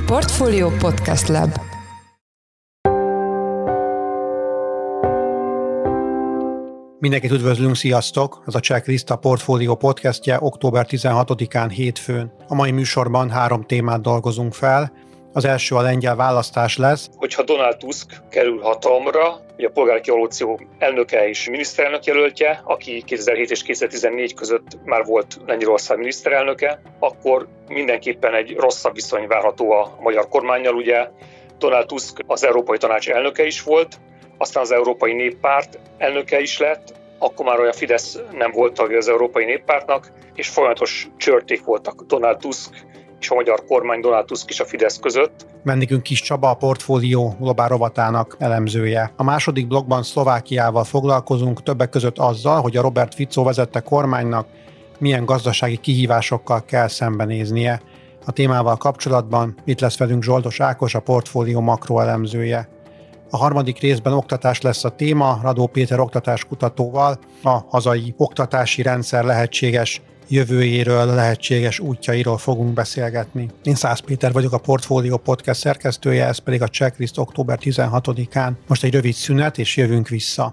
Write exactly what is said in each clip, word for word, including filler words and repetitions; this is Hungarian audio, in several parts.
Portfolio Podcast Lab. Mindenkit üdvözlünk, sziasztok! Ez a Checklist, a Portfolio podcastje október tizenhatodikán hétfőn. A mai műsorban három témát dolgozunk fel. Az első a lengyel választás lesz. Hogyha Donald Tusk kerül hatalomra, ugye a polgári koalíció elnöke és miniszterelnök jelöltje, aki kétezer-hét és kétezer-tizennégy között már volt Lengyelország miniszterelnöke, akkor mindenképpen egy rosszabb viszony várható a magyar kormánnyal. Ugye Donald Tusk az Európai Tanács elnöke is volt, aztán az Európai Néppárt elnöke is lett, akkor már olyan Fidesz nem volt tagja az Európai Néppártnak, és folyamatos csörték voltak Donald Tusk és a magyar kormány, Donald Tusk és a Fidesz között. Vendégünk Kiss Csaba, a Portfolio globál rovatának elemzője. A második blogban Szlovákiával foglalkozunk, többek között azzal, hogy a Robert Fico vezette kormánynak milyen gazdasági kihívásokkal kell szembenéznie. A témával kapcsolatban itt lesz velünk Zsoldos Ákos, a Portfolio makroelemzője. A harmadik részben oktatás lesz a téma, Radó Péter oktatáskutatóval, a hazai oktatási rendszer lehetséges jövőjéről, lehetséges útjairól fogunk beszélgetni. Én Szász Péter vagyok, a Portfolio Podcast szerkesztője, ez pedig a Checklist október tizenhatodikán. Most egy rövid szünet, és jövünk vissza.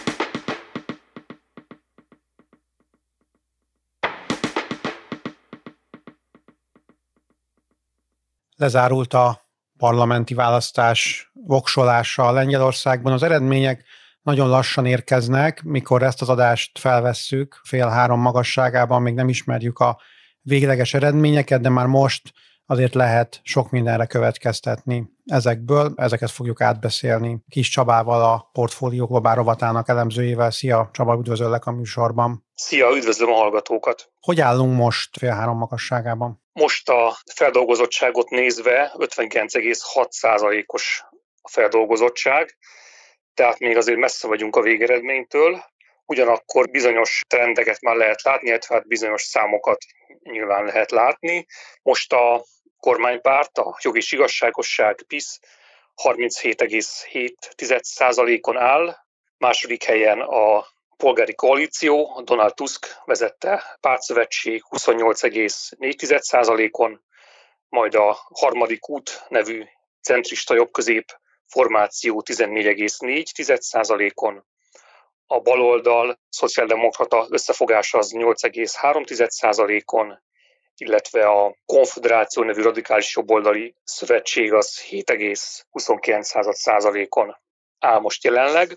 Lezárult a parlamenti választás voksolása Lengyelországban. Az eredmények nagyon lassan érkeznek, mikor ezt az adást felvesszük, fél három magasságában még nem ismerjük a végleges eredményeket, de már most azért lehet sok mindenre következtetni ezekből. Ezeket fogjuk átbeszélni Kiss Csabával, a Portfolio globál rovatának elemzőjével. Szia Csaba, üdvözöllek a műsorban. Szia, üdvözlöm a hallgatókat. Hogy állunk most fél három magasságában? Most a feldolgozottságot nézve ötvenkilenc egész hat százalékos a feldolgozottság, tehát még azért messze vagyunk a végeredménytől, ugyanakkor bizonyos trendeket már lehet látni, illetve hát bizonyos számokat nyilván lehet látni. Most a kormánypárt, a Jog és Igazságosság, PiS harminchét egész hét százalékon áll, második helyen a polgári koalíció, Donald Tusk vezette pártszövetség huszonnyolc egész négy százalékon, majd a harmadik út nevű centrista jobbközép formáció tizennégy egész négy százalékon, a baloldal szociáldemokrata összefogása az nyolc egész három százalékon, illetve a Konföderáció nevű radikális jobboldali szövetség az hét egész huszonkilenc százalékon áll most jelenleg.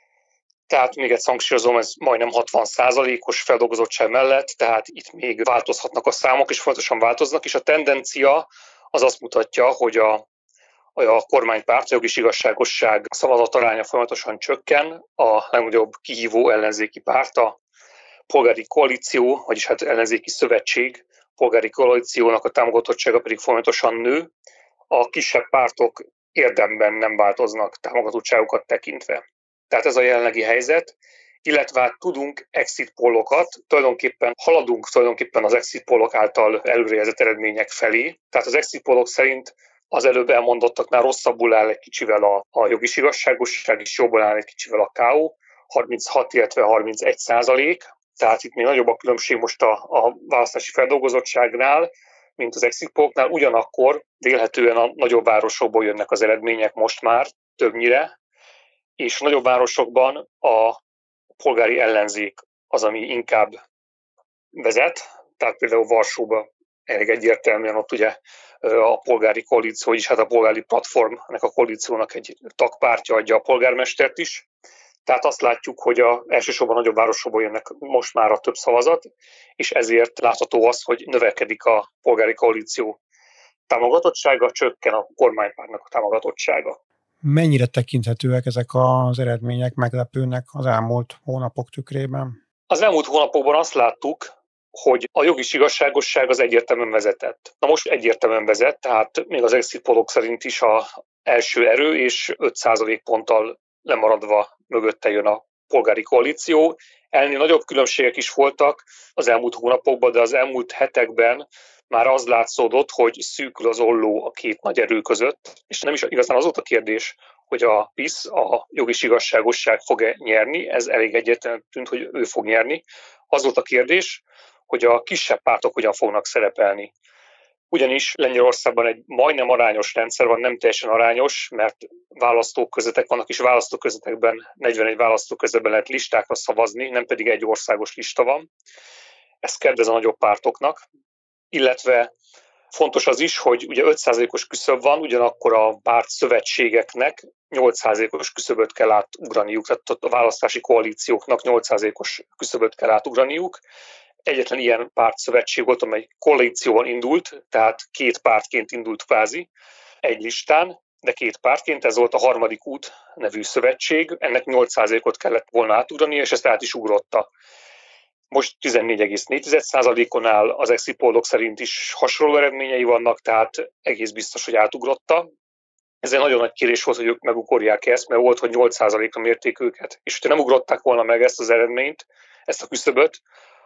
Tehát még egyszer hangsúlyozom, ez majdnem hatvan százalékos feldolgozottság mellett, tehát itt még változhatnak a számok, és fontosan változnak, és a tendencia az azt mutatja, hogy a a kormánypárt, a Jog és Igazságosság szavazataránya folyamatosan csökken, a legnagyobb kihívó ellenzéki párt, a polgári koalíció, vagyis hát ellenzéki szövetség, polgári koalíciónak a támogatottsága pedig folyamatosan nő, a kisebb pártok érdemben nem változnak támogatottságukat tekintve. Tehát ez a jelenlegi helyzet, illetve hát tudunk exit pollokat, tulajdonképpen haladunk tulajdonképpen az exit pollok által előrejelzett eredmények felé. Tehát az exit pollok szerint az előbb elmondottaknál rosszabbul áll egy kicsivel a, a Jog és Igazságosság, és jobban áll egy kicsivel a ká o, harminchat, illetve harmincegy százalék. Tehát itt még nagyobb a különbség most a, a választási feldolgozottságnál, mint az exit polloknál. Ugyanakkor vélhetően a nagyobb városokból jönnek az eredmények most már többnyire, és a nagyobb városokban a polgári ellenzék az, ami inkább vezet. Tehát például Varsóban elég egyértelműen ott ugye a polgári koalíció, vagyis hát a polgári platform, ennek a koalíciónak egy tagpártja adja a polgármestert is. Tehát azt látjuk, hogy a, elsősorban nagyobb városokból jönnek most már a több szavazat, és ezért látható az, hogy növekedik a polgári koalíció támogatottsága, csökken a kormánypártnak a támogatottsága. Mennyire tekinthetőek ezek az eredmények meglepőnek az elmúlt hónapok tükrében? Az elmúlt hónapokban azt láttuk, hogy a Jog és Igazságosság az egyértelműen vezetett. Na most egyértelműen vezet, tehát még az exit pollok szerint is az első erő, és öt százalékponttal lemaradva mögötte jön a polgári koalíció. Ennél nagyobb különbségek is voltak az elmúlt hónapokban, de az elmúlt hetekben már az látszódott, hogy szűkül az olló a két nagy erő között, és nem is igazán az volt a kérdés, hogy a PiS, a Jog és Igazságosság fog-e nyerni, ez elég egyértelműen tűnt, hogy ő fog nyerni. Az volt a kérdés, hogy a kisebb pártok hogyan fognak szerepelni. Ugyanis Lengyelországban egy majdnem arányos rendszer van, nem teljesen arányos, mert választókörzetek vannak, és választókörzetekben, negyvenegy választókörzetben lehet listákra szavazni, nem pedig egy országos lista van. Ez kedvez a nagyobb pártoknak, illetve fontos az is, hogy ugye öt százalékos küszöb van, ugyanakkor a párt szövetségeknek nyolc százalékos küszöböt kell átugraniuk, tehát a választási koalícióknak nyolc százalékos küszöböt kell átugraniuk. Egyetlen ilyen pártszövetség volt, amely koalícióval indult, tehát két pártként indult kvázi egy listán, de két pártként, ez volt a Harmadik út nevű szövetség, ennek nyolc százalékot kellett volna átugrani, és ezt át is ugrotta. Most tizennégy egész négy százalékon áll, az exit pollok szerint is hasonló eredményei vannak, tehát egész biztos, hogy átugrotta. Ez egy nagyon nagy kérés volt, hogy ők megugorják ezt, mert volt, hogy nyolc százalékra mérték őket. És hogyha nem ugrották volna meg ezt az eredményt, ezt a küszöböt,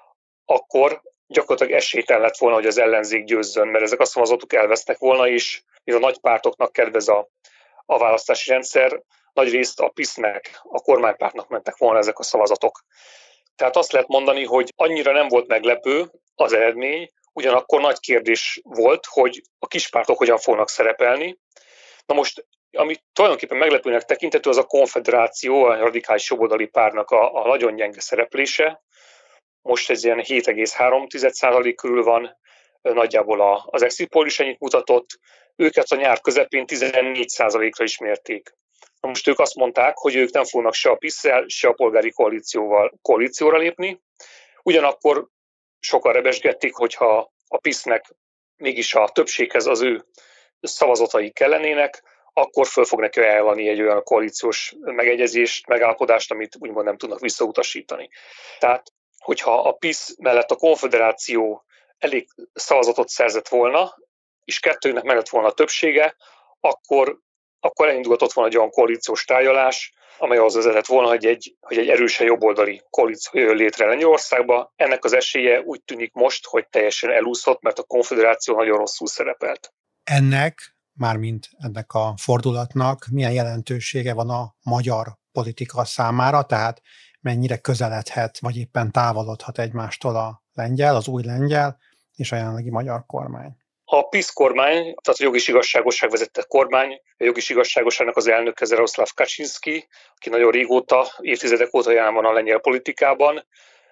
akkor gyakorlatilag esélytelen lett volna, hogy az ellenzék győzzön, mert ezek a szavazatok elvesztek volna, és mivel a nagy pártoknak kedvez a, a választási rendszer, nagy részt a PiS-nek, a kormánypártnak mentek volna ezek a szavazatok. Tehát azt lehet mondani, hogy annyira nem volt meglepő az eredmény, ugyanakkor nagy kérdés volt, hogy a kispártok hogyan fognak szerepelni. Na most, ami tulajdonképpen meglepőnek tekinthető, az a Konfederáció, a radikális jobboldali pártnak a, a nagyon gyenge szereplése. Most ez ilyen hét egész három százalék körül van, nagyjából az exit poll is ennyit mutatott. Őket a nyár közepén tizennégy százalékra is mérték. Na most ők azt mondták, hogy ők nem fognak se a PiS-szel, se a polgári koalícióval koalícióra lépni. Ugyanakkor sokan rebesgették, hogyha a PiS-nek mégis a többséghez az ő szavazatai kellenének, akkor föl fog neki ajánlani egy olyan koalíciós megegyezést, megállapodást, amit úgymond nem tudnak visszautasítani. Tehát, hogyha a PiS mellett a Konfederáció elég szavazatot szerzett volna, és kettőnek mellett volna a többsége, akkor, akkor elindulhatott volna egy olyan koalíciós tárgyalás, amely az vezetett volna, hogy egy, hogy egy erősen jobboldali koalíció jön létre Lengyelországba. Ennek az esélye úgy tűnik most, hogy teljesen elúszott, mert a Konfederáció nagyon rosszul szerepelt. Ennek, mármint ennek a fordulatnak milyen jelentősége van a magyar politika számára, tehát mennyire közeledhet, vagy éppen távolodhat egymástól a lengyel, az új lengyel és a jelenlegi magyar kormány? A PiS kormány, tehát a Jog és Igazságosság vezette kormány, a Jog és Igazságosságnak az elnöke Jaroszláv Kaczynszki, aki nagyon régóta, évtizedek óta jelen van a lengyel politikában.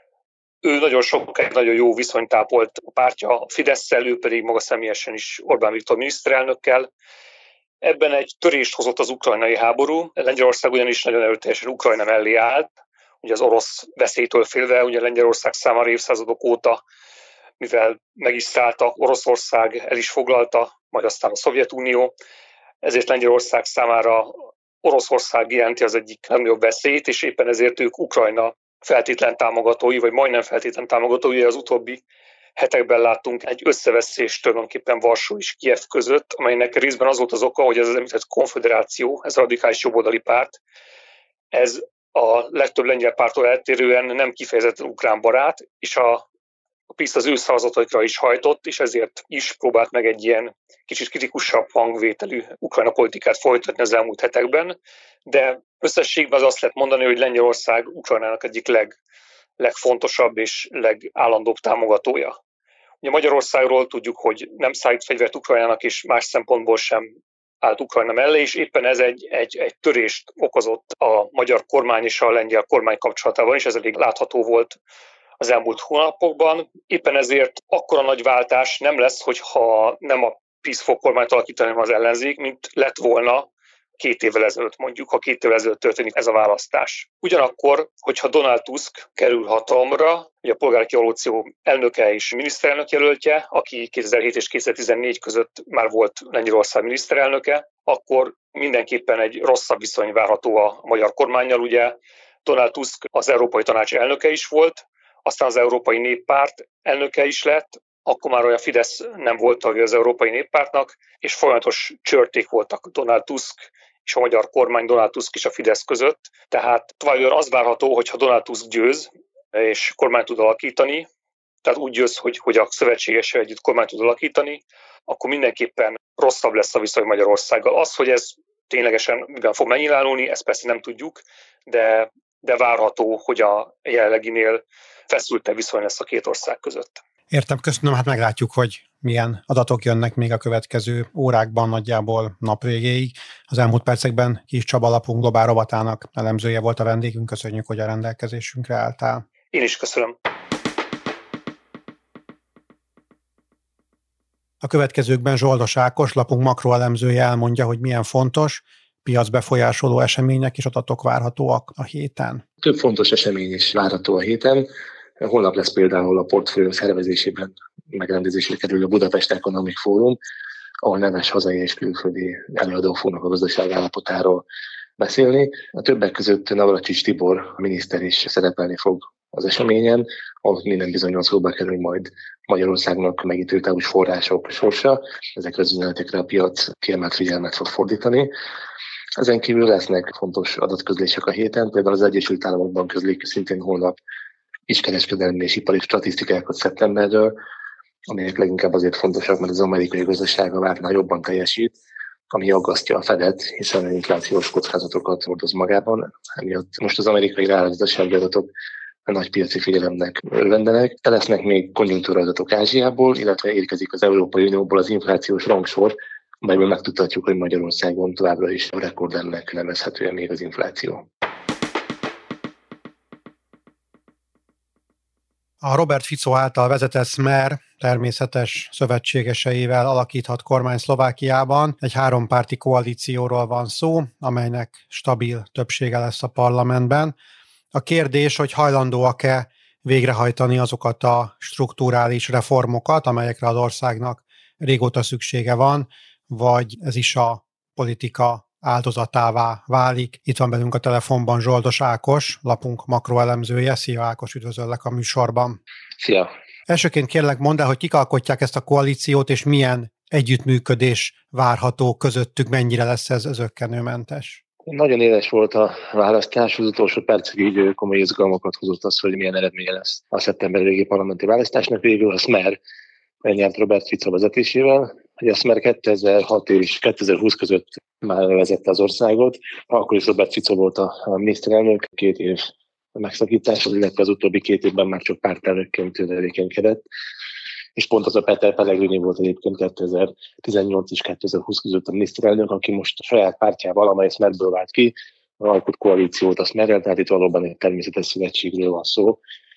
Ő nagyon sokáig nagyon jó viszonyt ápolt a pártja a Fidesz-szel, ő pedig maga személyesen is Orbán Viktor miniszterelnökkel. Ebben egy törést hozott az ukrajnai háború. Lengyelország ugyanis nagyon erőteljesen Ukrajna mellé állt, ugye az orosz veszélytől félve, ugye Lengyelország számára évszázadok óta, mivel meg is szállta Oroszország, el is foglalta, majd aztán a Szovjetunió, ezért Lengyelország számára Oroszország jelenti az egyik legnagyobb veszélyt, és éppen ezért ők Ukrajna feltétlen támogatói, vagy majdnem feltétlen támogatói. Az utóbbi hetekben láttunk egy összeveszést tulajdonképpen Varsó és Kijev között, amelynek részben az volt az oka, hogy ez az említett Konfederáció, ez a radikális jobboldali párt, ez a legtöbb lengyel pártól eltérően nem kifejezetten ukrán barát, és a A PiS az ő szavazataikra is hajtott, és ezért is próbált meg egy ilyen kicsit kritikusabb hangvételű Ukrajna politikát folytatni az elmúlt hetekben, de összességben az azt lehet mondani, hogy Lengyelország Ukrajnának egyik leg, legfontosabb és legállandóbb támogatója. Ugye Magyarországról tudjuk, hogy nem szállít fegyvert Ukrajnának, és más szempontból sem állt Ukrajna mellé, és éppen ez egy, egy, egy törést okozott a magyar kormány és a lengyel kormány kapcsolatában, és ez elég látható volt az elmúlt hónapokban. Éppen ezért akkora nagy váltás nem lesz, hogyha nem a PiS fog kormányt alakítani, hanem az ellenzék, mint lett volna két évvel ezelőtt mondjuk, ha két évvel ezelőtt történik ez a választás. Ugyanakkor, hogyha Donald Tusk kerül hatalomra, ugye a polgári koalíció elnöke és miniszterelnök jelöltje, aki kétezer-hét és kétezer-tizennégy között már volt Lengyelország miniszterelnöke, akkor mindenképpen egy rosszabb viszony várható a magyar kormánnyal. Ugye Donald Tusk az Európai Tanács elnöke is volt, aztán az Európai Néppárt elnöke is lett, akkor már olyan Fidesz nem volt tagja az Európai Néppártnak, és folyamatos csörték voltak Donald Tusk és a magyar kormány, Donald Tusk és a Fidesz között. Tehát továbbra az várható, hogy ha Donald Tusk győz, és kormányt tud alakítani, tehát úgy győz, hogy, hogy a szövetségessel együtt kormányt tud alakítani, akkor mindenképpen rosszabb lesz a viszony Magyarországgal. Az, hogy ez ténylegesen miben fog megnyilvánulni, ezt persze nem tudjuk, de, de várható, hogy a jelenleginél feszültebb viszony lesz a két ország között. Értem, köszönöm, hát meglátjuk, hogy milyen adatok jönnek még a következő órákban, nagyjából nap végéig. Az elmúlt percekben Kis Csaba, lapunk globál rovatának elemzője volt a vendégünk. Köszönjük, hogy a rendelkezésünkre álltál. Én is köszönöm. A következőkben Zsoldos Ákos, lapunk makroelemzője elmondja, hogy milyen fontos, piacbefolyásoló események és adatok várhatóak a héten. Több fontos esemény is várható a héten. Holnap lesz például a portfólió szervezésében megrendezésre kerül a Budapest Economic Forum, ahol neves hazai és külföldi előadók fognak a gazdaság állapotáról beszélni. A többek között Navracsics Tibor, a miniszter is szerepelni fog az eseményen, ahol minden bizonnyos szóba kerül majd Magyarországnak megítélő források sorsa. Ezekre az üzenetekre a piac kiemelt figyelmet fog fordítani. Ezen kívül lesznek fontos adatközlések a héten, például az Egyesült Államokban közlik szintén holnap kiskereskedelmi és ipari statisztikákat szeptemberről, amelyek leginkább azért fontosak, mert az amerikai gazdasága vártnál jobban teljesít, ami aggasztja a Fedet, hiszen inflációs kockázatokat hordoz magában. Emiatt most az amerikai reálgazdasági adatok a nagy piaci figyelemnek örvendenek. Lesznek még konjunktúraadatok Ázsiából, illetve érkezik az Európai Unióból az inflációs rangsor, amelyből megtudhatjuk, hogy Magyarországon továbbra is rekordennek nevezhetően még az infláció. A Robert Fico által vezetett Smer természetes szövetségeseivel alakíthat kormány Szlovákiában. Egy hárompárti koalícióról van szó, amelynek stabil többsége lesz a parlamentben. A kérdés, hogy hajlandóak-e végrehajtani azokat a strukturális reformokat, amelyekre az országnak régóta szüksége van, vagy ez is a politika áldozatává válik. Itt van velünk a telefonban Zsoldos Ákos, lapunk makroelemzője. Szia Ákos, üdvözöllek a műsorban. Szia! Elsőként kérlek mondd el, hogy kik alkotják ezt a koalíciót, és milyen együttműködés várható közöttük, mennyire lesz ez zökkenőmentes? Nagyon éles volt a választás, az utolsó percig komoly izgalmakat hozott az, hogy milyen eredménye lesz a szeptember végi parlamenti választásnak. Végül a Smer nyert Robert Fico vezetésével. A Smer kétezer-hat és kétezer-húsz között már vezette az országot. Akkor is Robert Fico volt a miniszterelnök, két év megszakítással, illetve az utóbbi két évben már csak pártelnökként tevékenykedett. És pont az a Peter Pellegrini volt egyébként kétezer-tizennyolc és kétezer-húsz között a miniszterelnök, aki most a saját pártjával, amely Smerből vált ki, alkot koalíciót a Smerrel, tehát itt valóban egy természetes szövetségről van szó,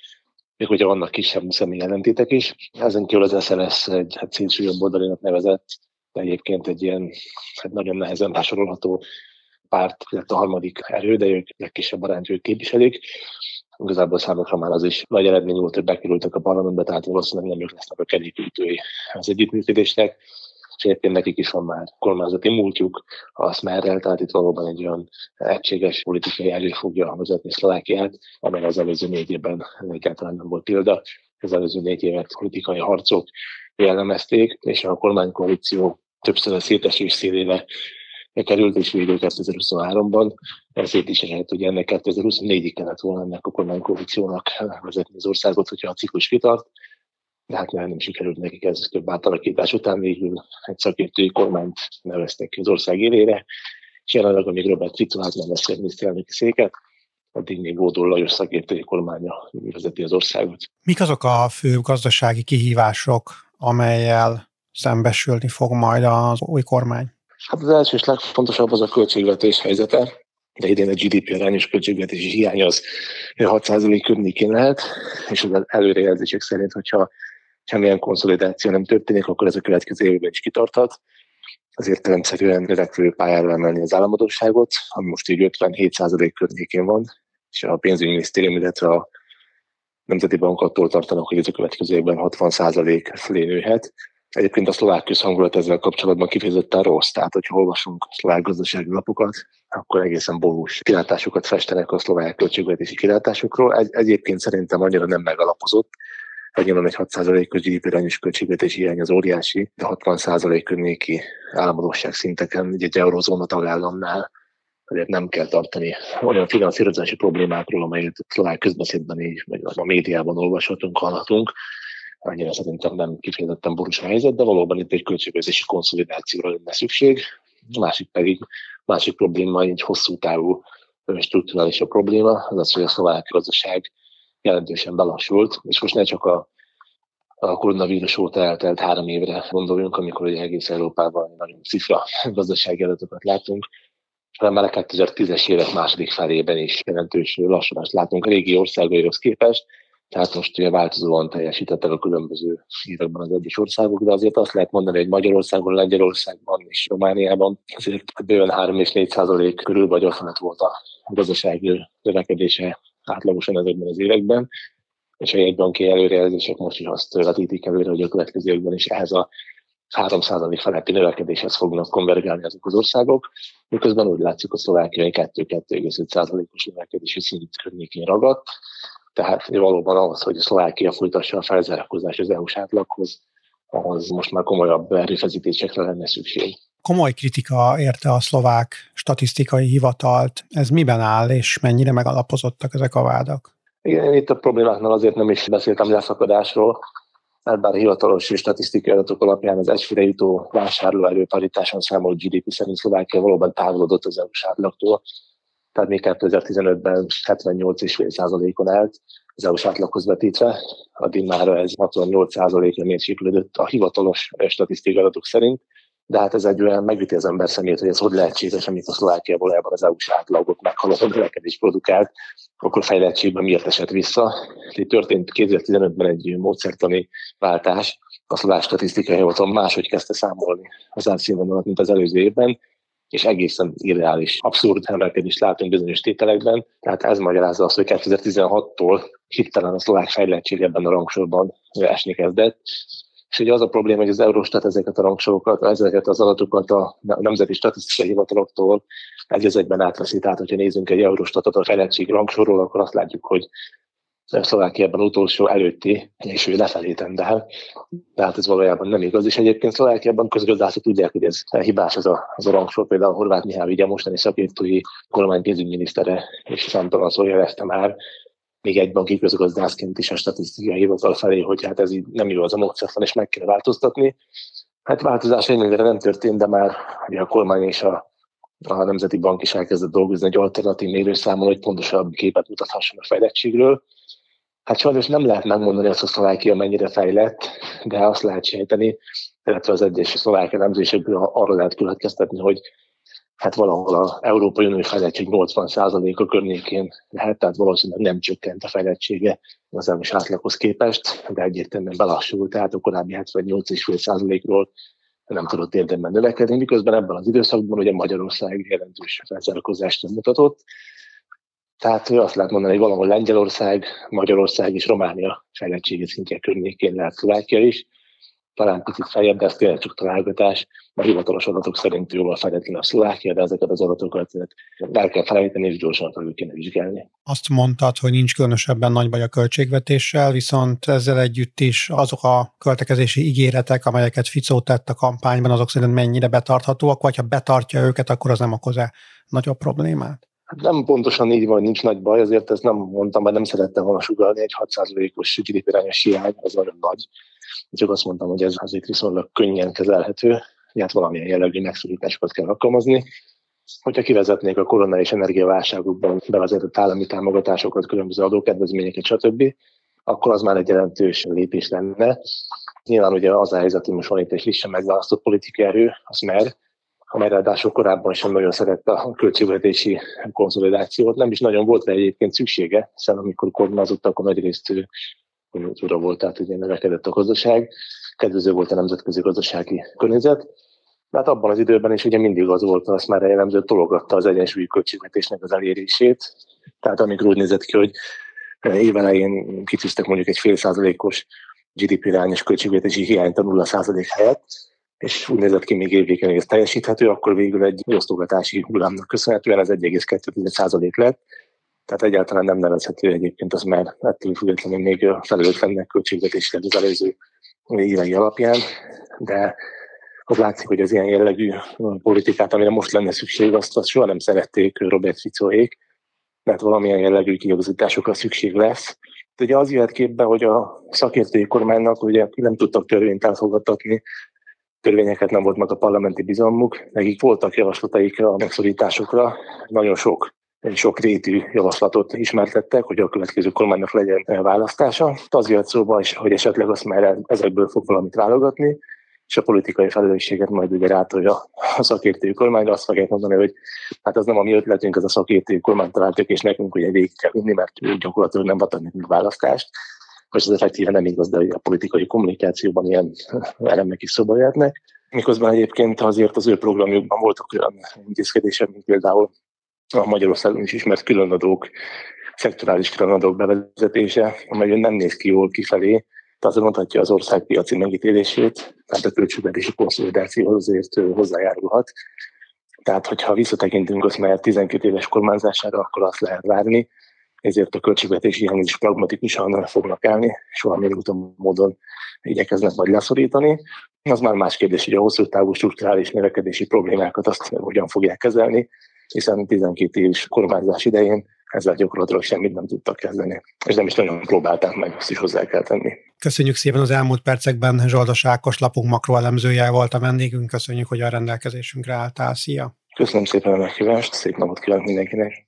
még hogyha vannak kisebb személy ellentétek is. Ezen kívül az es en es egy hát szélsőjobb oldalinak nevezett, de egyébként egy ilyen hát nagyon nehezen másolható párt, lett a harmadik erő, de ők legkisebb arányt ők képviselik. Igazából számokra már az is nagy eredmény volt, hogy bekerültek a parlamentbe, tehát valószínűleg nem ők lesznek a kerékültői az együttműködésnek, és egyébként nekik is van már kormányzati múltjuk a Smerrel, tehát itt valóban egy olyan egységes politikai erő fogja vezetni Szlovákiát, amely az előző négy évben egyáltalán nem volt példa. Az előző négy évet politikai harcok jellemezték, és a kormánykoalíció többször a szétesés szélére került, és végül kétezer-huszonháromban szét is esett, hogy ennek kétezer-huszonnégyig kellett volna ennek a kormánykoalíciónak vezetni az országot, hogyha a ciklus kitart, de hát nem sikerült nekik ez több átalakítás után, végül egy szakértői kormányt neveztek ki az ország élére, és jelenleg, amíg Robert Fico hát nem lesz egy miniszterelnöki széket, addig még Bódor Lajos szakértői kormánya vezeti az országot. Mik azok a fő gazdasági kihívások, amelyel szembesülni fog majd az új kormány? Hát az első és legfontosabb az a költségvetés helyzete, de idén a gé dé pé arányos költségvetési hiány az hat százalék környékén lehet, és az előrejelzések szerint, hogyha semmilyen konszolidáció nem történik, akkor ez a következő évben is kitarthat. Azért természetesen növekvő pályára emelni az államadósságot, ami most így ötvenhét százalék környékén van, és a pénzügyminisztérium, illetve a Nemzeti Bank attól tartanak, hogy ez a következő évben hatvan százalék fölé nőhet. Egyébként a szlovák közhangulat ezzel kapcsolatban kifejezetten rossz, tehát hogyha olvasunk szlovák gazdasági lapokat, akkor egészen borús kilátásokat festenek a szlovák költségvetési kilátásokról. Egy, egyébként szerintem annyira nem megalapozott, hogy nyilván egy hat százalékos gé dé pé arányos költségvetési hiány az óriási, de hatvan százalék környéki államadósság szinteken egy, egy eurozóna tagállamnál azért nem kell tartani olyan finanszírozási problémákról, amelyet a szlovák közbeszédben is, vagy a médiában olvashatunk, hallhatunk. Annyira szerintem nem kifejezetten borús a helyzet, de valóban itt egy költségvetési konszolidációra lenne szükség. A másik pedig, másik probléma, egy hosszú távú strukturális a probléma, az az, hogy a szlovák gazdaság jelentősen belassult, és most ne csak a, a koronavírus óta eltelt három évre gondoljunk, amikor ugye egész Európában nagyon cifra gazdasági adatokat látunk, hanem már a kétezer-tízes évek második felében is jelentős lassulást látunk a régi országaihoz képest, tehát most ugye változóan teljesítettek a különböző években az egyes országok, de azért azt lehet mondani, hogy Magyarországon, Lengyelországban és Romániában azért bőven három és négy százalék körül vagy azt felett volt a gazdasági növekedése átlagosan ezekben az években, és a jegybanki előrejelzések most is azt vetítik előre, hogy a következő évben is ehhez a három százalék feletti növekedéshez fognak konvergálni azok az országok, miközben úgy látszik, hogy Szlovákia kettő-kettő egész öt százalékos növekedési szint környékén ragadt. Tehát valóban ahhoz, hogy a Szlovákia folytassa a felzárkózást az é u-s átlaghoz, ahhoz most már komolyabb erőfeszítésekre lenne szükség. Komoly kritika érte a szlovák statisztikai hivatalt. Ez miben áll, és mennyire megalapozottak ezek a vádak? Igen, itt a problémáknál azért nem is beszéltem leszakadásról, mert bár a hivatalos és statisztikai adatok alapján az egyfőre jutó vásárlóerő paritáson számolt gé dé pé szerint Szlovákia valóban távolodott az é u-s átlagtól, tehát még kétezer-tizenötben hetvennyolc egész öt százalékon állt az é u-s átlaghoz vetítve, addig már ez hatvannyolc százalékra mérséklődött a hivatalos statisztikai adatok szerint, de hát ez egy olyan megüti az ember szemét, hogy ez hogy lehetséges, amikor Szlovákia valójában az é u-s átlagot meghaladó növekedést produkált, akkor fejlettségben miért esett vissza. Itt történt kétezer-tizenötben egy módszertani váltás, a szlovák statisztikai hivatal máshogy kezdte számolni az átszínvonalat, mint az előző évben, és egészen irreális, abszurd emelkedést látunk bizonyos tételekben. Tehát ez magyarázza azt, hogy kétezer-tizenhattól hirtelen a szlovák fejlettség ebben a rangsorban esni kezdett. És ugye az a probléma, hogy az Eurostat ezeket a rangsorokat, ezeket az adatokat a nemzeti statisztikai hivataloktól egy az egyben átveszi. Tehát, hogyha nézzünk egy Eurostatot a fejlettség rangsorról, akkor azt látjuk, hogy Szlovákiában utolsó előtti, és ő lefelé tendál. Tehát ez valójában nem igaz. És egyébként Szlovákiában közgazdászok tudják, hogy ez hibás az a, az a rangsor. Például Horváth Mihály, ugye mostani szakértői kormány pénzügyminisztere, és számtalanszor jelezte már, még egy banki közgazdászként is a statisztikai hivatal felé, hogy hát ez így nem jó az a módszertan, és meg kell változtatni. Hát változás egyelőre nem történt, de már ugye a kormány és a, a Nemzeti Bank is elkezdett dolgozni egy alternatív mérőszámon, hogy pontosabb képet mutathasson a fejlettségről. Hát sajnos nem lehet megmondani azt, hogy Szlovákia mennyire fejlett, de azt lehet sejteni, illetve az egyes szlovák elemzésekből arra lehet következtetni, hogy hát valahol az Európai Unió fejlettség nyolcvan százaléka környékén lehet, tehát valószínűleg nem csökkent a fejlettsége az é u-s átlaghoz képest, de egyértelműen belassult, tehát a korábbi hetvennyolc egész öt százalékról nem tudott érdemben növekedni, miközben ebben az időszakban ugye Magyarország jelentős felzárkózást mutatott. Tehát azt lehet mondani, hogy valahol Lengyelország, Magyarország és Románia fejlettségi szintje környékén lehet Szlovákia is. Talán picit feljebb, de ez tényleg csak találgatás. A hivatalos adatok szerint jóval fejletlen a Szlovákia, de ezeket az adatokat el kell felejteni, és gyorsan felül kéne vizsgálni. Azt mondtad, hogy nincs különösebben nagy baj a költségvetéssel, viszont ezzel együtt is azok a költekezési ígéretek, amelyeket Fico tett a kampányban, azok szerint mennyire betarthatóak, vagy ha betartja őket, akkor az nem okoz-e nagyobb problémát? Nem pontosan így van, nincs nagy baj, azért ezt nem mondtam, mert nem szerettem volna sugallni, egy hat százalékos gé dé pé-arányos hiány, az nagyon nagy. Csak azt mondtam, hogy ez azért viszonylag könnyen kezelhető, hát valamilyen jellegű megszorításokat kell alkalmazni. Hogyha kivezetnék a korona és energiaválságokban bevezetett állami támogatásokat, különböző adókedvezményeket, stb., akkor az már egy jelentős lépés lenne. Nyilván ugye az a helyzet, hogy most van itt egy frissen megválasztott politikai erő, a Smer, amely ráadásul korábban sem nagyon szerette a költségvetési konszolidációt, nem is nagyon volt rá egyébként szüksége, hiszen amikor kormányzott, akkor nagyrészt konjunktúra volt, tehát ugye növekedett a gazdaság, kedvező volt a nemzetközi gazdasági környezet. De hát abban az időben is ugye mindig az volt, azt már jellemző tologatta az egyensúlyi költségvetésnek az elérését. Tehát amikor úgy nézett ki, hogy évelején kitűztek mondjuk egy fél százalékos gé dé pé-arányos költségvetési hiányt a nulla százalék helyett, és úgy nézett ki még évvégén, hogy ez teljesíthető, akkor végül egy osztogatási hullámnak köszönhetően ez egy egész kettő százalék lett. Tehát egyáltalán nem nevezhető egyébként az már ettől függetlenül még felelőtlennek költségvetésre az előző évei alapján, de az látszik, hogy az ilyen jellegű politikát, amire most lenne szükség, azt, azt soha nem szerették Robert Ficoék, mert valamilyen jellegű kiigazításokra szükség lesz. De ugye az jöhet képbe, hogy a szakértői kormánynak ugye nem tudtak törvényt elfogadtatni, törvényeket nem volt meg a parlamenti bizalmuk, nekik voltak javaslataik a megszorításokra, nagyon sok sok rétű javaslatot ismertettek, hogy a következő kormánynak legyen választása. Az jött szóba is, hogy esetleg azt már ezekből fog valamit válogatni, és a politikai felelősséget majd ugye rátolja a szakértői kormányra. Azt fogják mondani, hogy hát az nem a mi ötletünk, az a szakértői kormány találtuk, és nekünk ugye végig kell vinni, mert ők gyakorlatilag nem adtak nekünk választást. Most ez effektíven nem igaz, de a politikai kommunikációban ilyen elemek is szóba jöhetnek. Miközben egyébként azért az ő programjukban voltak olyan intézkedések, mint például a Magyarországon is ismert különadók, szektorális különadók bevezetése, amely nem néz ki jól kifelé, tehát mondhatja az ország piaci megítélését, tehát a költségvetési konszolidációhoz azért hozzájárulhat. Tehát, hogyha visszatekintünk az már tizenkét éves kormányzására, akkor azt lehet várni, ezért a költségvetési hiány is pragmatikusan fognak állni, soha még úton módon igyekeznek majd leszorítani. Az már más kérdés, hogy a hosszú távú strukturális növekedési problémákat azt hogyan fogják kezelni, hiszen tizenkét éves kormányzás idején ezzel gyakorlatilag semmit nem tudtak kezdeni, és nem is nagyon próbálták meg, azt is hozzá kell tenni. Köszönjük szépen, az elmúlt percekben Zsoldos Ákos lapunk makroelemzője volt a vendégünk, köszönjük, hogy a rendelkezésünkre álltál. Szia! Köszönöm szépen a meghívást, szép napot kívánok mindenkinek!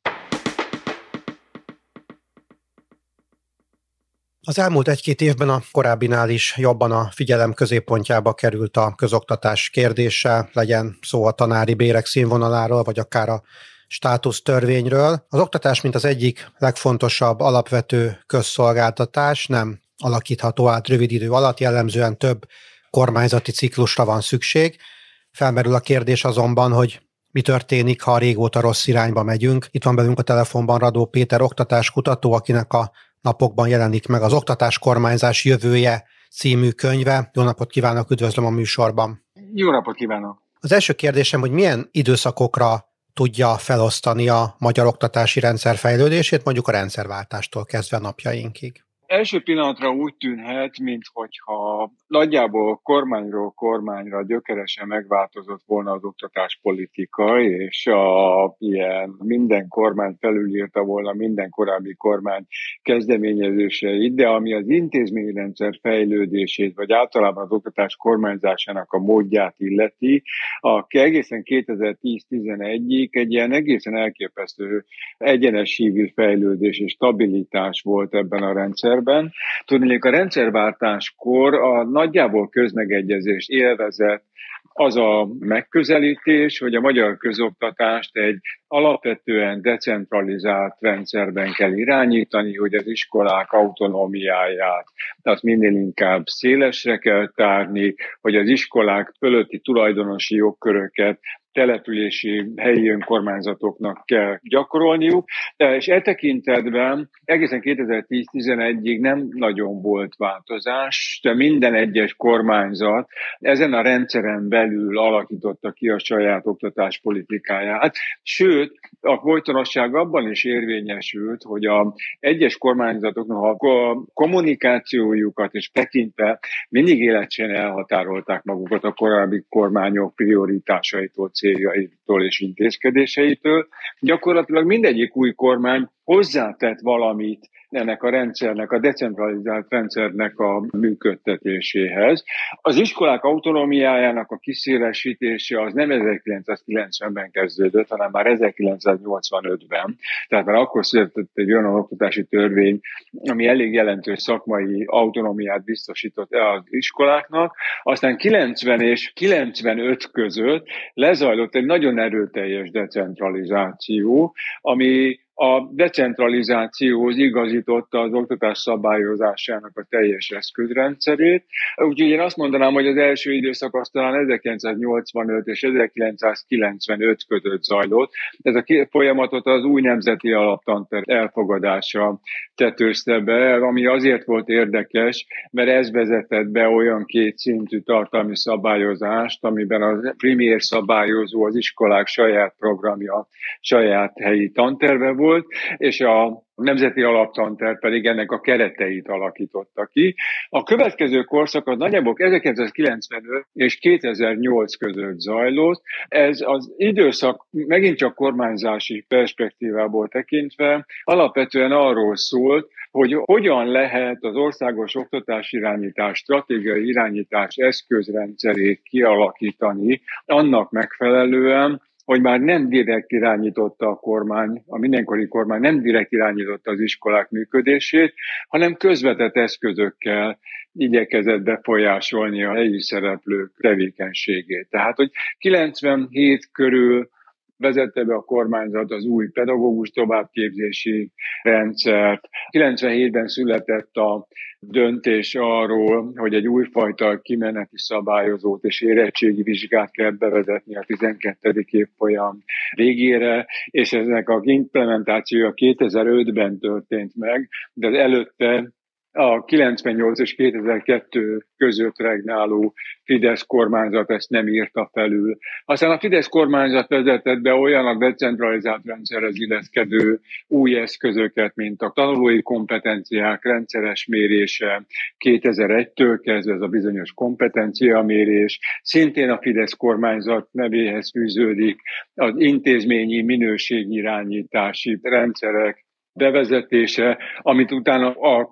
Az elmúlt egy-két évben a korábbinál is jobban a figyelem középpontjába került a közoktatás kérdése, legyen szó a tanári bérek színvonaláról, vagy akár a státusztörvényről. Az oktatás, mint az egyik legfontosabb alapvető közszolgáltatás, nem alakítható át rövid idő alatt, jellemzően több kormányzati ciklusra van szükség. Felmerül a kérdés azonban, hogy mi történik, ha régóta rossz irányba megyünk. Itt van velünk a telefonban Radó Péter oktatáskutató, akinek a napokban jelenik meg az Oktatás kormányzás jövője című könyve. Jó napot kívánok, üdvözlöm a műsorban. Jó napot kívánok! Az első kérdésem, hogy milyen időszakokra tudja felosztani a magyar oktatási rendszer fejlődését, mondjuk a rendszerváltástól kezdve napjainkig? Első pillanatra úgy tűnhet, minthogyha nagyjából kormányról kormányra gyökeresen megváltozott volna az oktatáspolitika, és a ilyen minden kormány felülírta volna minden korábbi kormány kezdeményezéseit, de ami az intézményrendszer fejlődését, vagy általában az oktatás kormányzásának a módját illeti, a egészen kétezer-tíz-tizenegyig egy ilyen egészen elképesztő egyenes hívű fejlődés és stabilitás volt ebben a rendszerben. Tudnék, a rendszerváltáskor a nagyjából közmegegyezést élvezett az a megközelítés, hogy a magyar közoktatást egy alapvetően decentralizált rendszerben kell irányítani, hogy az iskolák autonómiáját, azt minél inkább szélesre kell tárni, hogy az iskolák fölötti tulajdonosi jogköröket települési helyi önkormányzatoknak kell gyakorolniuk, és e tekintetben egészen kétezer-tíz-tizenegyig nem nagyon volt változás, de minden egyes kormányzat ezen a rendszeren belül alakította ki a saját oktatáspolitikáját, sőt, a folytonosság abban is érvényesült, hogy a egyes kormányzatoknak a kommunikációjukat és tekintve mindig életesen elhatárolták magukat a korábbi kormányok prioritásaitól, céljaitól és intézkedéseitől. Gyakorlatilag mindegyik új kormány hozzátett valamit ennek a rendszernek, a decentralizált rendszernek a működtetéséhez. Az iskolák autonómiájának a kiszélesítése az nem ezerkilencszázkilencvenben kezdődött, hanem már ezerkilencszáznyolcvanötben. Tehát már akkor született egy olyan oktatási törvény, ami elég jelentős szakmai autonómiát biztosított az iskoláknak. Aztán kilencven és kilencvenöt között lezajlott egy nagyon erőteljes decentralizáció, ami a decentralizációhoz igazította az oktatás szabályozásának a teljes eszközrendszerét. Úgyhogy én azt mondanám, hogy az első időszak az talán ezerkilencszáznyolcvanöt és ezerkilencszázkilencvenöt között zajlott. Ez a folyamatot az új nemzeti alaptanterv elfogadása tetőzte be, ami azért volt érdekes, mert ez vezetett be olyan kétszintű tartalmi szabályozást, amiben a primér szabályozó az iskolák saját programja, saját helyi tanterve volt, volt, és a nemzeti alaptanterv pedig ennek a kereteit alakította ki. A következő korszak az nagyjából ezerkilencszázkilencvenöt és kétezer-nyolc között zajlott. Ez az időszak megint csak kormányzási perspektívából tekintve alapvetően arról szólt, hogy hogyan lehet az országos oktatási irányítás, stratégiai irányítás eszközrendszerét kialakítani annak megfelelően, hogy már nem direkt irányította a kormány, a mindenkori kormány nem direkt irányította az iskolák működését, hanem közvetett eszközökkel igyekezett befolyásolni a helyi szereplők tevékenységét. Tehát, hogy kilencvenhét körül vezette be a kormányzat az új pedagógus továbbképzési rendszert. kilencvenhétben született a döntés arról, hogy egy újfajta kimeneti szabályozót és érettségi vizsgát kell bevezetni a tizenkettedik évfolyam végére, és eznek a implementációja kétezer-ötben történt meg, de az előtte a kilencvennyolc és kétezer-kettő között regnáló Fidesz kormányzat ezt nem írta felül. Aztán a Fidesz kormányzat vezetett be olyan a decentralizált rendszerhez illeszkedő új eszközöket, mint a tanulói kompetenciák rendszeres mérése kétezer-egytől kezdve, ez a bizonyos kompetenciamérés. Szintén a Fidesz kormányzat nevéhez fűződik az intézményi minőségirányítási rendszerek bevezetése, amit utána a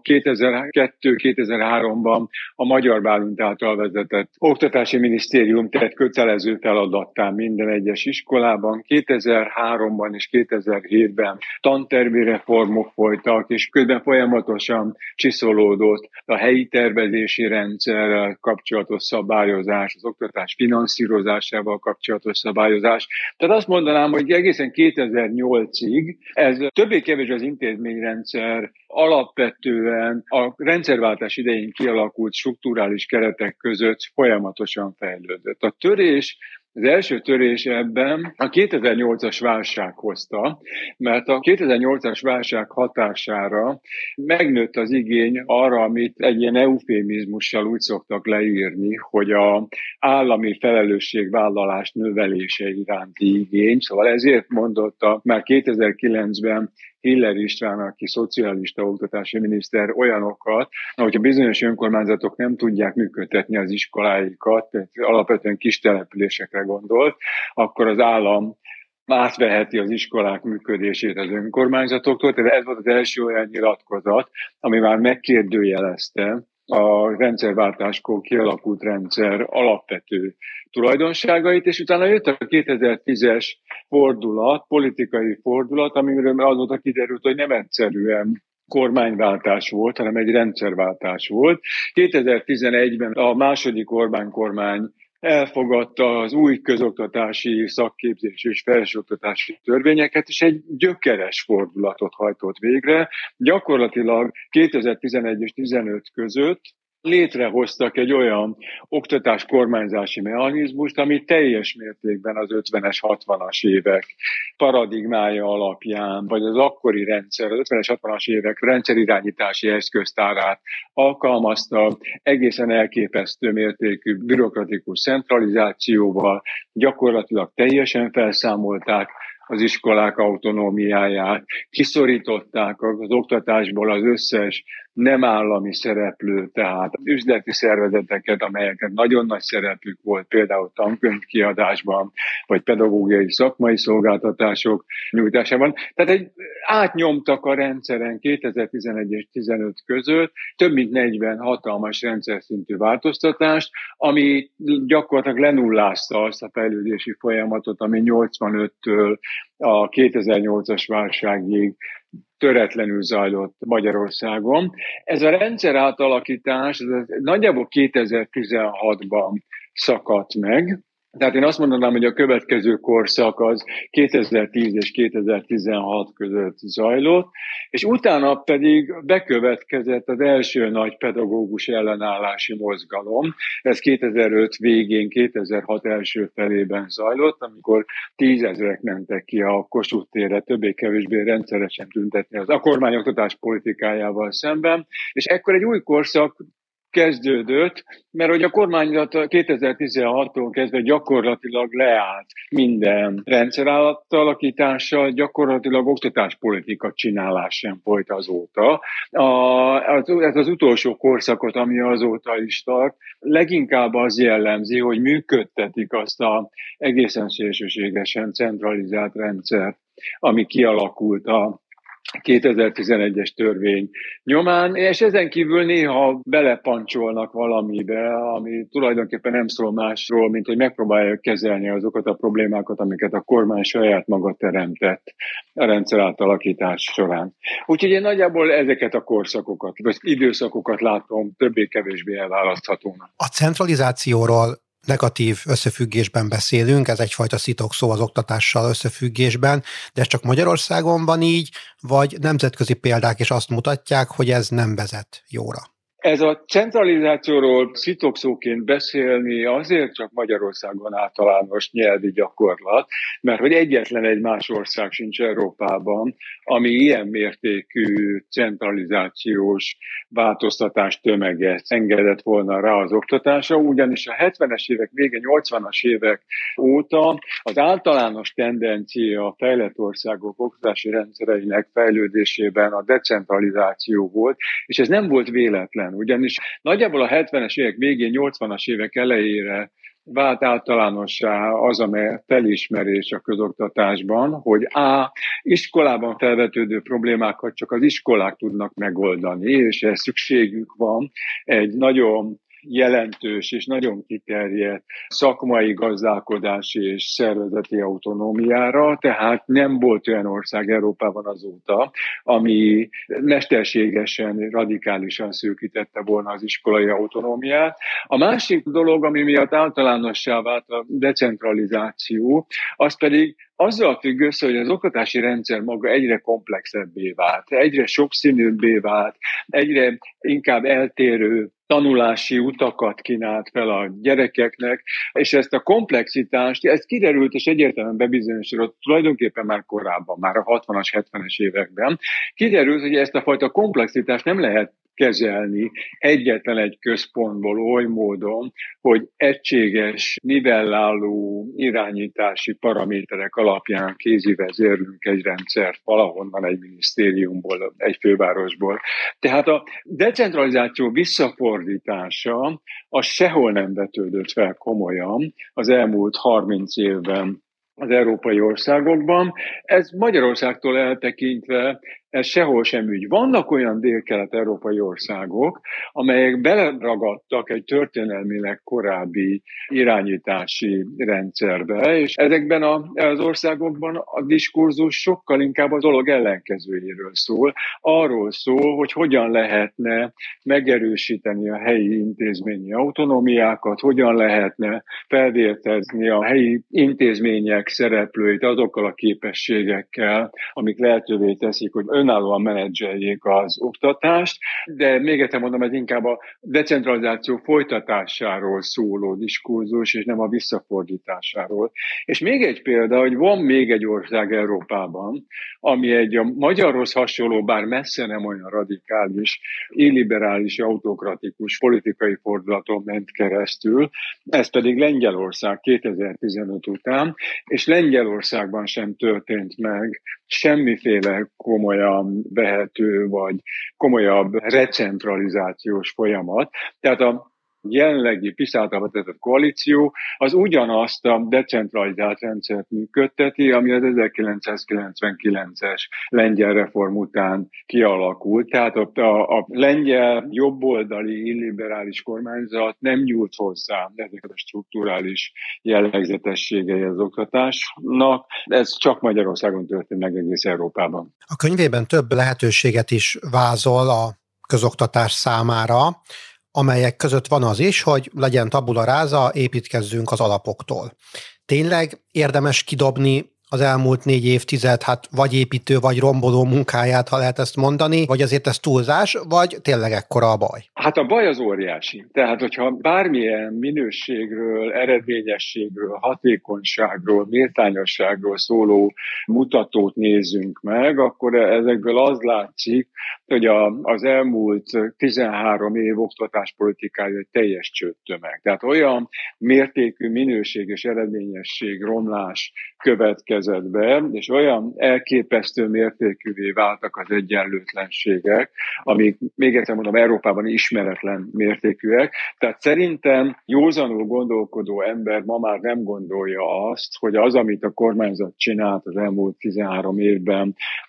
kétezer-kettő-kétezer-háromban a Magyar Bálint által vezetett Oktatási Minisztérium tett kötelező feladattá minden egyes iskolában. kétezer-háromban és kétezer-hétben tantervi reformok folytak, és közben folyamatosan csiszolódott a helyi tervezési rendszerrel kapcsolatos szabályozás, az oktatás finanszírozásával kapcsolatos szabályozás. Tehát azt mondanám, hogy egészen kétezer-nyolcig ez többé-kevésbé az intézményrendszer alapvetően a rendszerváltás idején kialakult strukturális keretek között folyamatosan fejlődött. A törés, az első törés ebben a kétezer-nyolcas válság hozta, mert a kétezer-nyolcas válság hatására megnőtt az igény arra, amit egy ilyen eufémizmussal úgy szoktak leírni, hogy az állami felelősségvállalás növelése iránti igény. Szóval ezért mondotta már kétezer-kilencben Hiller István, aki szocialista oktatási miniszter, olyanokat, hogyha bizonyos önkormányzatok nem tudják működtetni az iskoláikat, alapvetően kis településekre gondolt, akkor az állam átveheti az iskolák működését az önkormányzatoktól. Tehát ez volt az első olyan nyilatkozat, ami már megkérdőjelezte a rendszerváltáskor kialakult rendszer alapvető tulajdonságait, és utána jött a kétezer-tízes fordulat, politikai fordulat, amiről azóta kiderült, hogy nem egyszerűen kormányváltás volt, hanem egy rendszerváltás volt. kétezer-tizenegyben a második Orbán kormány elfogadta az új közoktatási, szakképzés és felsőoktatási törvényeket, és egy gyökeres fordulatot hajtott végre. Gyakorlatilag kétezer-tizenegy és tizenöt között létrehoztak egy olyan oktatás kormányzási mechanizmust, ami teljes mértékben az ötvenes, hatvanas évek paradigmája alapján, vagy az akkori rendszer, az ötvenes, hatvanas évek rendszerirányítási eszköztárát alkalmazta, egészen elképesztő mértékű bürokratikus centralizációval, gyakorlatilag teljesen felszámolták az iskolák autonómiáját, kiszorították az oktatásból az összes nem állami szereplő, tehát üzleti szervezeteket, amelyeket nagyon nagy szerepük volt, például tankönyvkiadásban, vagy pedagógiai szakmai szolgáltatások nyújtásában. Tehát egy, átnyomtak a rendszeren kétezer-tizenegy és tizenöt között több mint negyven hatalmas rendszer szintű változtatást, ami gyakorlatilag lenullázta azt a fejlődési folyamatot, ami nyolcvanöttől a kétezer-nyolcas válságig töretlenül zajlott Magyarországon. Ez a rendszer átalakítás ez nagyjából kétezer-tizenhatban szakadt meg. Tehát én azt mondanám, hogy a következő korszak az kétezer-tíz és kétezer-tizenhat között zajlott, és utána pedig bekövetkezett az első nagy pedagógus ellenállási mozgalom. Ez kétezer-öt végén, kétezer-hat első felében zajlott, amikor tízezrek mentek ki a Kossuth térre többé-kevésbé rendszeresen tüntetni az a kormányoktatás politikájával szemben, és ekkor egy új korszak kezdődött, mert hogy a kormányzat kétezer-tizenhattól kezdve gyakorlatilag leállt minden rendszerátalakítással, gyakorlatilag oktatáspolitika csinálás sem folyt azóta. A, az, az utolsó korszakot, ami azóta is tart, leginkább az jellemzi, hogy működtetik azt az egészen szélsőségesen centralizált rendszert, ami kialakult a kétezer-tizenegyes törvény nyomán, és ezen kívül néha belepancsolnak valamibe, ami tulajdonképpen nem szól másról, mint hogy megpróbálják kezelni azokat a problémákat, amiket a kormány saját maga teremtett a rendszer átalakítás során. Úgyhogy én nagyjából ezeket a korszakokat, vagy időszakokat látom többé-kevésbé elválaszthatónak. A centralizációról negatív összefüggésben beszélünk, ez egyfajta szitokszó az oktatással összefüggésben, de ez csak Magyarországon van így, vagy nemzetközi példák is azt mutatják, hogy ez nem vezet jóra? Ez a centralizációról szitokszóként beszélni azért csak Magyarországon általános nyelvi gyakorlat, mert hogy egyetlen egy más ország sincs Európában, ami ilyen mértékű centralizációs változtatás tömeget engedett volna rá az oktatásra, ugyanis a hetvenes évek vége, nyolcvanas évek óta az általános tendencia a fejlett országok oktatási rendszereinek fejlődésében a decentralizáció volt, és ez nem volt véletlen. Ugyanis nagyjából a hetvenes évek végén, nyolcvanas évek elejére vált általánossá az a felismerés a közoktatásban, hogy a. iskolában felvetődő problémákat csak az iskolák tudnak megoldani, és ehhez szükségük van egy nagyon jelentős és nagyon kiterjedt szakmai gazdálkodási és szervezeti autonómiára, tehát nem volt olyan ország Európában azóta, ami mesterségesen, radikálisan szűkítette volna az iskolai autonómiát. A másik dolog, ami miatt általánossá vált a decentralizáció, az pedig azzal függ össze, hogy az oktatási rendszer maga egyre komplexebbé vált, egyre sokszínűbbé vált, egyre inkább eltérő tanulási utakat kínált fel a gyerekeknek, és ezt a komplexitást, ez kiderült és egyértelműen bebizonyosodott tulajdonképpen már korábban, már a hatvanas, hetvenes években. Kiderült, hogy ezt a fajta komplexitást nem lehet kezelni egyetlen egy központból oly módon, hogy egységes, nivelláló irányítási paraméterek alapján kézivezérlünk egy rendszert valahonnan egy minisztériumból, egy fővárosból. Tehát a decentralizáció visszafordítása az sehol nem vetődött fel komolyan az elmúlt harminc évben az európai országokban. Ez Magyarországtól eltekintve ez sehol sem ügy. Vannak olyan dél-kelet-európai országok, amelyek beleragadtak egy történelmileg korábbi irányítási rendszerbe, és ezekben az országokban a diskurzus sokkal inkább a dolog ellenkezőjéről szól. Arról szól, hogy hogyan lehetne megerősíteni a helyi intézményi autonómiákat, hogyan lehetne felvértezni a helyi intézmények szereplőit azokkal a képességekkel, amik lehetővé teszik, hogy önállóan menedzseljék az oktatást, de még egyszer mondom, ez inkább a decentralizáció folytatásáról szóló diskurzus, és nem a visszafordításáról. És még egy példa, hogy van még egy ország Európában, ami egy a magyarhoz hasonló, bár messze nem olyan radikális, illiberális, autokratikus politikai fordulaton ment keresztül, ez pedig Lengyelország kétezer-tizenöt után, és Lengyelországban sem történt meg semmiféle komolyan vehető, vagy komolyabb recentralizációs folyamat. Tehát a jelenlegi PiSZ által vezetett koalíció az ugyanazt a decentralizált rendszert működteti, ami az ezerkilencszázkilencvenkilences lengyel reform után kialakult. Tehát a, a, a lengyel jobboldali illiberális kormányzat nem nyújt hozzá ezeket a strukturális jellegzetességei az oktatásnak. Ez csak Magyarországon történt meg, egész Európában. A könyvében több lehetőséget is vázol a közoktatás számára, amelyek között van az is, hogy legyen tabula rasa, építkezzünk az alapoktól. Tényleg érdemes kidobni az elmúlt négy évtized, hát vagy építő, vagy romboló munkáját, ha lehet ezt mondani, vagy azért ez túlzás, vagy tényleg ekkora a baj? Hát a baj az óriási. Tehát, hogyha bármilyen minőségről, eredményességről, hatékonyságról, méltányosságról szóló mutatót nézzünk meg, akkor ezekből az látszik, hogy a, az elmúlt tizenhárom év oktatáspolitikája egy teljes csődtömeg. Tehát olyan mértékű minőség és eredményesség romlás következett be, és olyan elképesztő mértékűvé váltak az egyenlőtlenségek, amik még egyszer mondom, Európában ismeretlen mértékűek. Tehát szerintem józanul gondolkodó ember ma már nem gondolja azt, hogy az, amit a kormányzat csinált az elmúlt tizenhárom évben a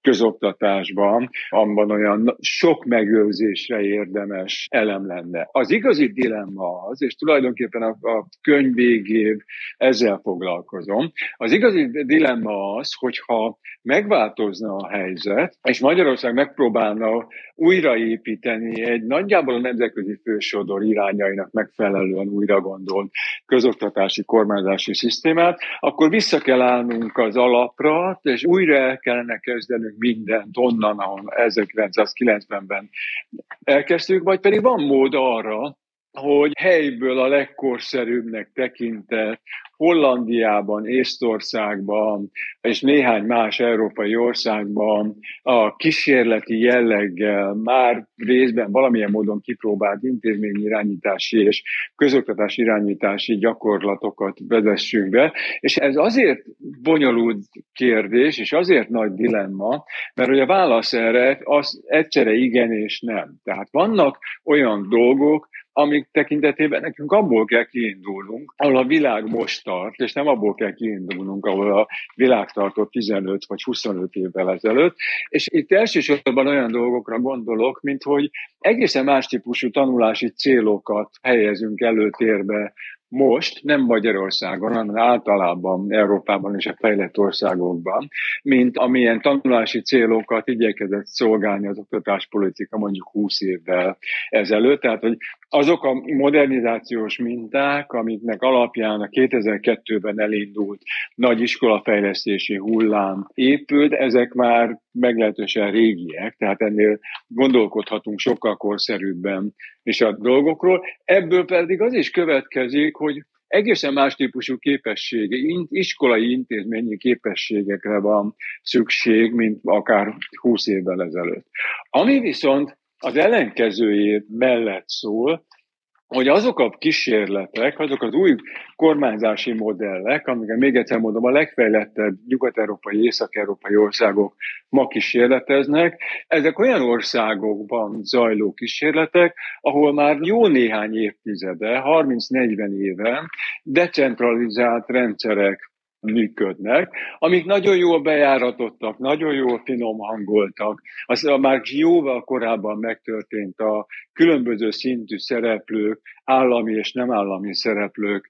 közoktatásban, abban olyan sok megőrzésre érdemes elem lenne. Az igazi dilemma az, és tulajdonképpen a, a könyv végén ezzel foglalkozom, az igazi dilemma az, hogyha megváltozna a helyzet, és Magyarország megpróbálna újraépíteni egy nagyjából a nemzetközi fősodor irányainak megfelelően újra gondolt közoktatási kormányzási szisztémát, akkor vissza kell állnunk az alapra, és újra el kellene kezdenünk mindent onnan, ahol ezerkilencszázkilencvenben elkezdtük, vagy pedig van mód arra, hogy helyből a legkorszerűbbnek tekintett Hollandiában, Észtországban és néhány más európai országban a kísérleti jelleggel már részben valamilyen módon kipróbált intézményirányítási és közoktatási irányítási gyakorlatokat vezessünk be. És ez azért bonyolult kérdés, és azért nagy dilemma, mert hogy a válasz erre az egyszerre igen és nem. Tehát vannak olyan dolgok, amik tekintetében nekünk abból kell kiindulnunk, ahol a világ most tart, és nem abból kell kiindulnunk, ahol a világ tartott tizenöt vagy huszonöt évvel ezelőtt. És itt elsősorban olyan dolgokra gondolok, mint hogy egészen más típusú tanulási célokat helyezünk előtérbe most, nem Magyarországon, hanem általában Európában és a fejlett országokban, mint amilyen tanulási célokat igyekezett szolgálni az oktatáspolitika mondjuk húsz évvel ezelőtt. Tehát, hogy azok a modernizációs minták, amiknek alapján a kétezer-kettőben elindult nagy iskolafejlesztési hullám épült, ezek már meglehetősen régiek, tehát ennél gondolkodhatunk sokkal korszerűbben is a dolgokról. Ebből pedig az is következik, hogy egészen más típusú képessége, iskolai intézményi képességekre van szükség, mint akár húsz évvel ezelőtt. Ami viszont az ellenkezőjét mellett szól, hogy azok a kísérletek, azok az új kormányzási modellek, amiket még egyszer mondom, a legfejlettebb nyugat-európai, észak-európai országok ma kísérleteznek, ezek olyan országokban zajló kísérletek, ahol már jó néhány évtizede, harminc-negyven éve decentralizált rendszerek működnek, amik nagyon jól bejáratottak, nagyon jól finom hangoltak. Az már jóval korábban megtörtént a különböző szintű szereplők, állami és nem állami szereplők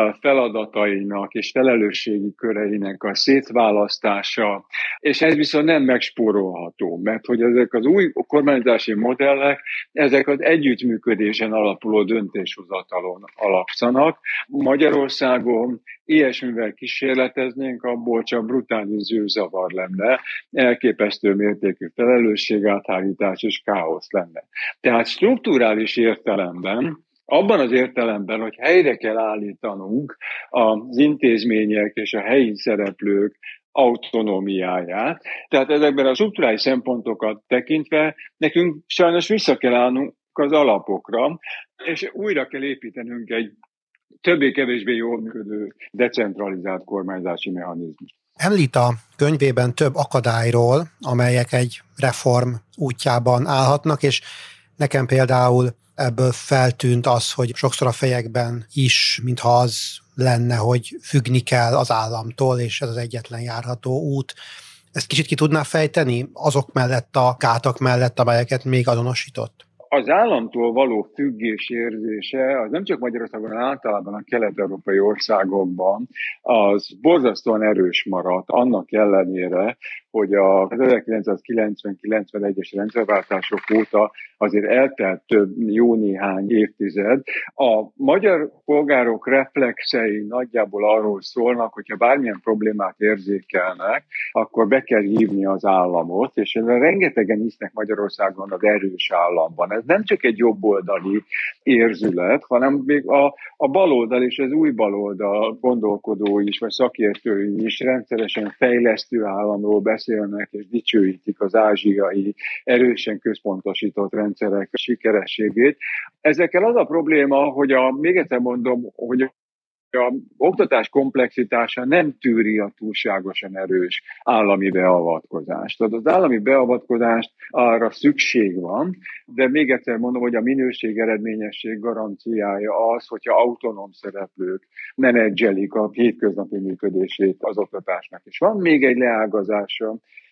feladatainak és felelősségi köreinek a szétválasztása, és ez viszont nem megspórolható, mert hogy ezek az új kormányzási modellek, ezek az együttműködésen alapuló döntéshozatalon alapszanak. Magyarországon ilyesmivel kísérleteznénk, abból csak brutális zűrzavar lenne, elképesztő mértékű felelősségáthárítás és káosz lenne. Tehát strukturális értelemben, abban az értelemben, hogy helyre kell állítanunk az intézmények és a helyi szereplők autonómiáját. Tehát ezekben a strukturális szempontokat tekintve nekünk sajnos vissza kell állnunk az alapokra, és újra kell építenünk egy többé-kevésbé jól működő decentralizált kormányzási mechanizmus. Említ a könyvében több akadályról, amelyek egy reform útjában állhatnak, és nekem például ebből feltűnt az, hogy sokszor a fejekben is, mintha az lenne, hogy függni kell az államtól, és ez az egyetlen járható út. Ezt kicsit ki tudná fejteni azok mellett a gátak mellett, amelyeket még azonosított? Az államtól való függés érzése, az nem csak Magyarországon, hanem általában a kelet-európai országokban, az borzasztóan erős maradt, annak ellenére, hogy az ezerkilencszázkilencven-kilencvenegyes rendszerváltások óta azért eltelt több jó néhány évtized. A magyar polgárok reflexei nagyjából arról szólnak, hogyha bármilyen problémát érzékelnek, akkor be kell hívni az államot, és rengetegen hisznek Magyarországon az erős államban. Ez nem csak egy jobboldali érzület, hanem még a, a baloldal és az új baloldal gondolkodói is, vagy szakértői is rendszeresen fejlesztő államról beszélnek, és dicsőítik az ázsiai, erősen központosított rendszerek sikerességét. Ezekkel az a probléma, hogy a, még egyszer mondom, hogy a oktatás komplexitása nem tűri a túlságosan erős állami beavatkozást. Tehát az állami beavatkozást arra szükség van, de még egyszer mondom, hogy a minőség eredményesség garanciája az, hogyha autonóm szereplők menedzselik a hétköznapi működését az oktatásnak. És van még egy leágazása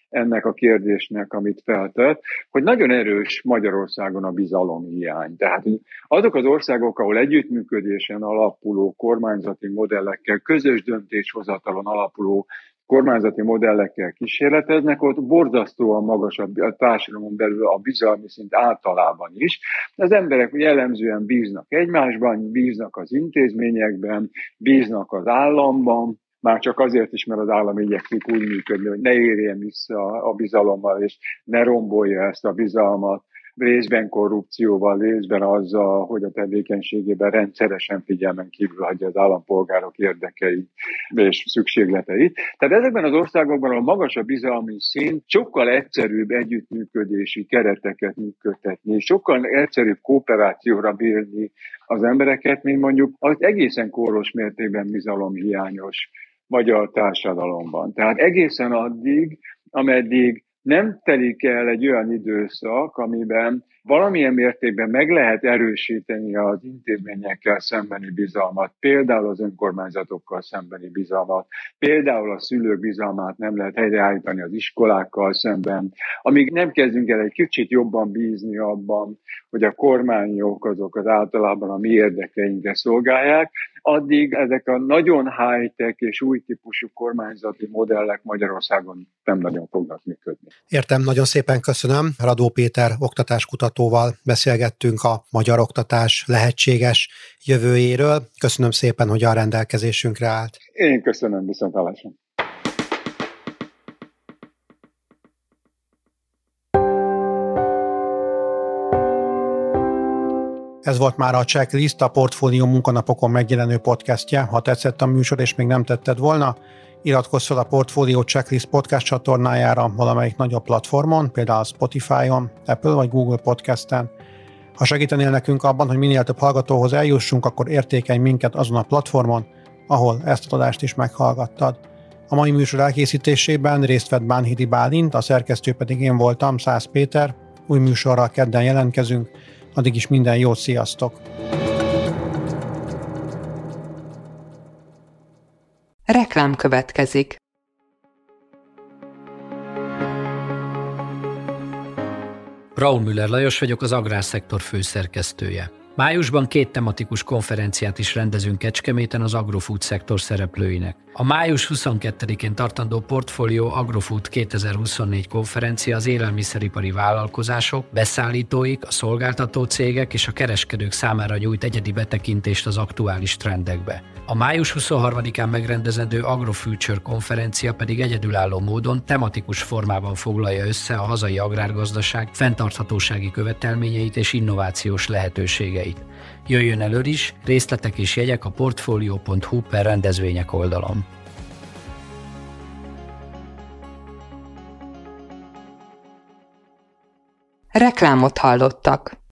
ennek a kérdésnek, amit feltett, hogy nagyon erős Magyarországon a bizalomhiány. Tehát azok az országok, ahol együttműködésen alapuló kormányzati modellekkel, közös döntéshozatalon alapuló kormányzati modellekkel kísérleteznek, ott borzasztóan magas a társadalomon belül a bizalmi szint általában is. Az emberek jellemzően bíznak egymásban, bíznak az intézményekben, bíznak az államban, már csak azért is, mert az állam igyekszik úgy működni, hogy ne érjen vissza a bizalommal, és ne rombolja ezt a bizalmat, részben korrupcióval, részben azzal, hogy a tevékenységében rendszeresen figyelmen kívül hagyja az állampolgárok érdekeit és szükségleteit. Tehát ezekben az országokban a magas a bizalmi szint, sokkal egyszerűbb együttműködési kereteket működtetni, sokkal egyszerűbb kooperációra bírni az embereket, mint mondjuk az egészen kóros mértékben bizalomhiányos magyar társadalomban. Tehát egészen addig, ameddig nem telik el egy olyan időszak, amiben valamilyen mértékben meg lehet erősíteni az intézményekkel szembeni bizalmat, például az önkormányzatokkal szembeni bizalmat, például a szülők bizalmát nem lehet helyreállítani az iskolákkal szemben, amíg nem kezdünk el egy kicsit jobban bízni abban, hogy a kormányok azok az általában a mi érdekeinkre szolgálják, addig ezek a nagyon high-tech és új típusú kormányzati modellek Magyarországon nem nagyon fognak működni. Értem, nagyon szépen köszönöm. Radó Péter oktatáskutatóval beszélgettünk a magyar oktatás lehetséges jövőjéről. Köszönöm szépen, hogy a rendelkezésünkre állt. Én köszönöm, viszontlátásra. Ez volt már a Checklist, a Portfólió munkanapokon megjelenő podcastje. Ha tetszett a műsor és még nem tetted volna, iratkozz fel a Portfólió Checklist podcast csatornájára valamelyik nagyobb platformon, például Spotify-on, Apple vagy Google Podcasten. Ha segítenél nekünk abban, hogy minél több hallgatóhoz eljussunk, akkor értékelj minket azon a platformon, ahol ezt az adást is meghallgattad. A mai műsor elkészítésében részt vett Bánhidi Bálint, a szerkesztő pedig én voltam, Szász Péter. Új műsorral kedden jelentkezünk, addig is minden jót, sziasztok! Reklám következik. Braun Müller Lajos vagyok, az Agrárszektor főszerkesztője. Májusban két tematikus konferenciát is rendezünk Kecskeméten az agrofood szektor szereplőinek. A május huszonkettedikén tartandó Portfolio Agrofood kétezer-huszonnégy konferencia az élelmiszeripari vállalkozások, beszállítóik, a szolgáltató cégek és a kereskedők számára nyújt egyedi betekintést az aktuális trendekbe. A május huszonharmadikán megrendezendő AgroFuture konferencia pedig egyedülálló módon tematikus formában foglalja össze a hazai agrárgazdaság fenntarthatósági követelményeit és innovációs lehetőségeit. Jöjjön elő is, részletek és jegyek a portfolio pont hu per rendezvények oldalon. Reklámot hallottak.